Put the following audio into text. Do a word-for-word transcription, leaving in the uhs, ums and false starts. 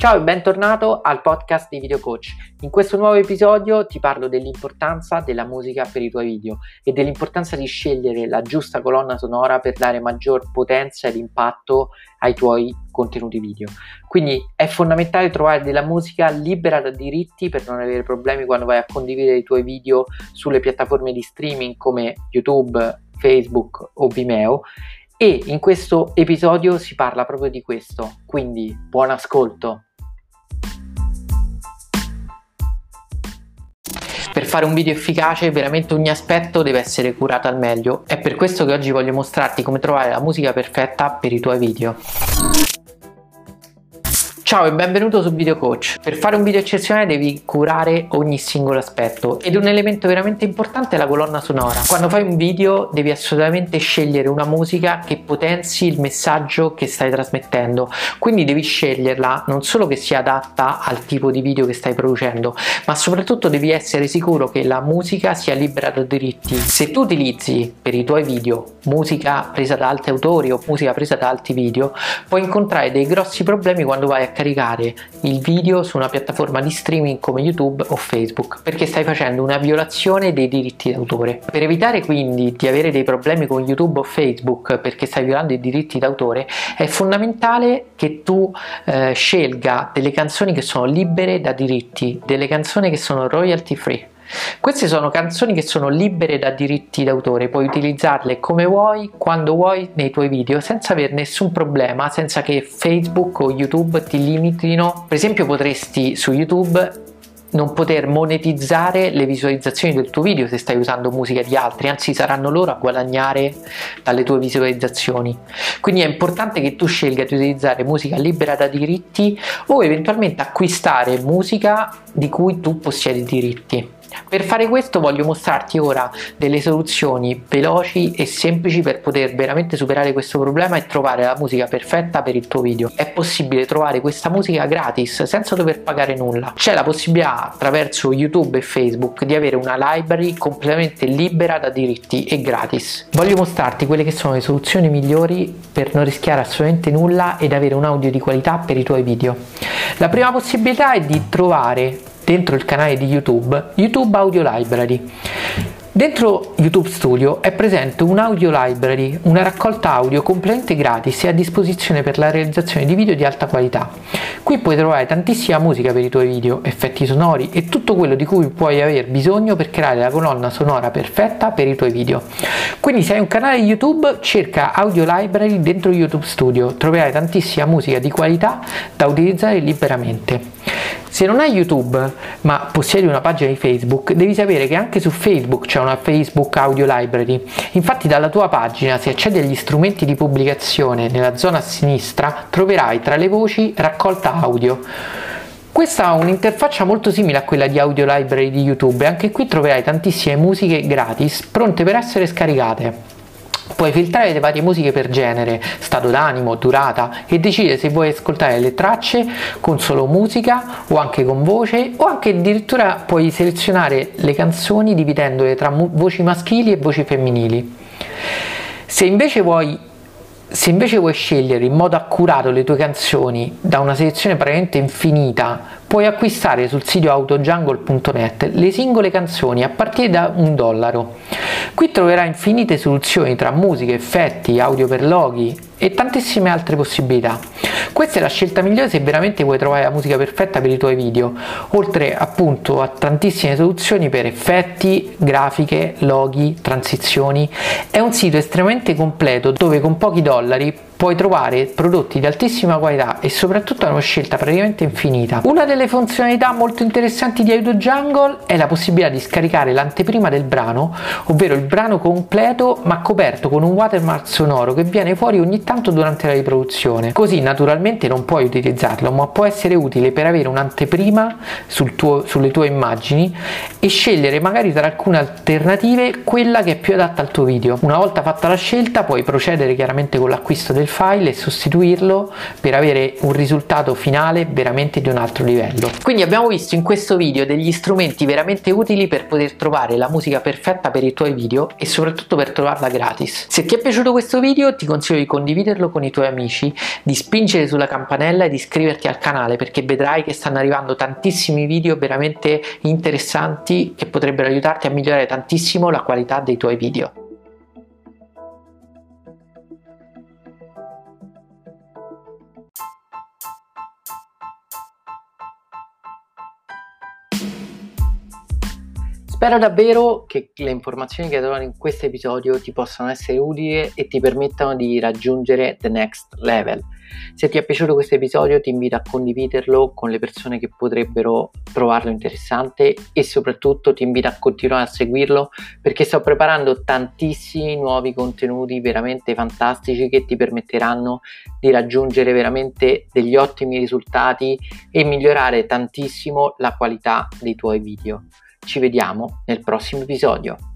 Ciao e bentornato al podcast di Video Coach. In questo nuovo episodio ti parlo dell'importanza della musica per i tuoi video e dell'importanza di scegliere la giusta colonna sonora per dare maggior potenza ed impatto ai tuoi contenuti video. Quindi è fondamentale trovare della musica libera da diritti per non avere problemi quando vai a condividere i tuoi video sulle piattaforme di streaming come YouTube, Facebook o Vimeo. E in questo episodio si parla proprio di questo, quindi buon ascolto! Per fare un video efficace veramente ogni aspetto deve essere curato al meglio. È per questo che oggi voglio mostrarti come trovare la musica perfetta per i tuoi video. Ciao e benvenuto su Video Coach. Per fare un video eccezionale devi curare ogni singolo aspetto ed un elemento veramente importante è la colonna sonora. Quando fai un video devi assolutamente scegliere una musica che potenzi il messaggio che stai trasmettendo, quindi devi sceglierla non solo che sia adatta al tipo di video che stai producendo, ma soprattutto devi essere sicuro che la musica sia libera da diritti. Se tu utilizzi per i tuoi video musica presa da altri autori o musica presa da altri video, puoi incontrare dei grossi problemi quando vai a caricare il video su una piattaforma di streaming come YouTube o Facebook, perché stai facendo una violazione dei diritti d'autore. Per evitare quindi di avere dei problemi con YouTube o Facebook perché stai violando i diritti d'autore, è fondamentale che tu eh, scelga delle canzoni che sono libere da diritti, delle canzoni che sono royalty free. Queste sono canzoni che sono libere da diritti d'autore, puoi utilizzarle come vuoi, quando vuoi nei tuoi video senza avere nessun problema, senza che Facebook o YouTube ti limitino. Per esempio potresti su YouTube non poter monetizzare le visualizzazioni del tuo video se stai usando musica di altri, anzi saranno loro a guadagnare dalle tue visualizzazioni. Quindi è importante che tu scelga di utilizzare musica libera da diritti o eventualmente acquistare musica di cui tu possiedi i diritti. Per fare questo voglio mostrarti ora delle soluzioni veloci e semplici per poter veramente superare questo problema e trovare la musica perfetta per il tuo video. È possibile trovare questa musica gratis senza dover pagare nulla. C'è la possibilità attraverso YouTube e Facebook di avere una library completamente libera da diritti e gratis. Voglio mostrarti quelle che sono le soluzioni migliori per non rischiare assolutamente nulla ed avere un audio di qualità per i tuoi video. La prima possibilità è di trovare dentro il canale di YouTube, YouTube Audio Library. Dentro YouTube Studio è presente un audio library, una raccolta audio completamente gratis e a disposizione per la realizzazione di video di alta qualità. Qui puoi trovare tantissima musica per i tuoi video, effetti sonori e tutto quello di cui puoi aver bisogno per creare la colonna sonora perfetta per i tuoi video. Quindi se hai un canale YouTube, cerca Audio Library dentro YouTube Studio, troverai tantissima musica di qualità da utilizzare liberamente. Se non hai YouTube ma possiedi una pagina di Facebook, devi sapere che anche su Facebook c'è una Facebook Audio Library. Infatti dalla tua pagina, se accedi agli strumenti di pubblicazione nella zona a sinistra, troverai tra le voci raccolta audio. Questa ha un'interfaccia molto simile a quella di Audio Library di YouTube e anche qui troverai tantissime musiche gratis pronte per essere scaricate. Puoi filtrare le varie musiche per genere, stato d'animo, durata e decidere se vuoi ascoltare le tracce con solo musica o anche con voce, o anche addirittura puoi selezionare le canzoni dividendole tra voci maschili e voci femminili. Se invece vuoi Se invece vuoi scegliere in modo accurato le tue canzoni da una selezione praticamente infinita, puoi acquistare sul sito autojungle punto net le singole canzoni a partire da un dollaro. Qui troverai infinite soluzioni tra musiche, effetti, audio per loghi e tantissime altre possibilità. Questa è la scelta migliore se veramente vuoi trovare la musica perfetta per i tuoi video, oltre appunto a tantissime soluzioni per effetti, grafiche, loghi, transizioni. È un sito estremamente completo dove con pochi dollari puoi trovare prodotti di altissima qualità e soprattutto una scelta praticamente infinita. Una delle funzionalità molto interessanti di AutoJungle è la possibilità di scaricare l'anteprima del brano, ovvero il brano completo ma coperto con un watermark sonoro che viene fuori ogni tanto durante la riproduzione. Così naturalmente non puoi utilizzarlo, ma può essere utile per avere un'anteprima sul tuo, sulle tue immagini e scegliere magari tra alcune alternative quella che è più adatta al tuo video. Una volta fatta la scelta puoi procedere chiaramente con l'acquisto del file e sostituirlo per avere un risultato finale veramente di un altro livello. Quindi abbiamo visto in questo video degli strumenti veramente utili per poter trovare la musica perfetta per i tuoi video e soprattutto per trovarla gratis. Se ti è piaciuto questo video ti consiglio di condividerlo con i tuoi amici, di spingere sulla campanella e di iscriverti al canale, perché vedrai che stanno arrivando tantissimi video veramente interessanti che potrebbero aiutarti a migliorare tantissimo la qualità dei tuoi video. Spero davvero che le informazioni che trovo in questo episodio ti possano essere utili e ti permettano di raggiungere the next level. Se ti è piaciuto questo episodio ti invito a condividerlo con le persone che potrebbero trovarlo interessante e soprattutto ti invito a continuare a seguirlo, perché sto preparando tantissimi nuovi contenuti veramente fantastici che ti permetteranno di raggiungere veramente degli ottimi risultati e migliorare tantissimo la qualità dei tuoi video. Ci vediamo nel prossimo episodio.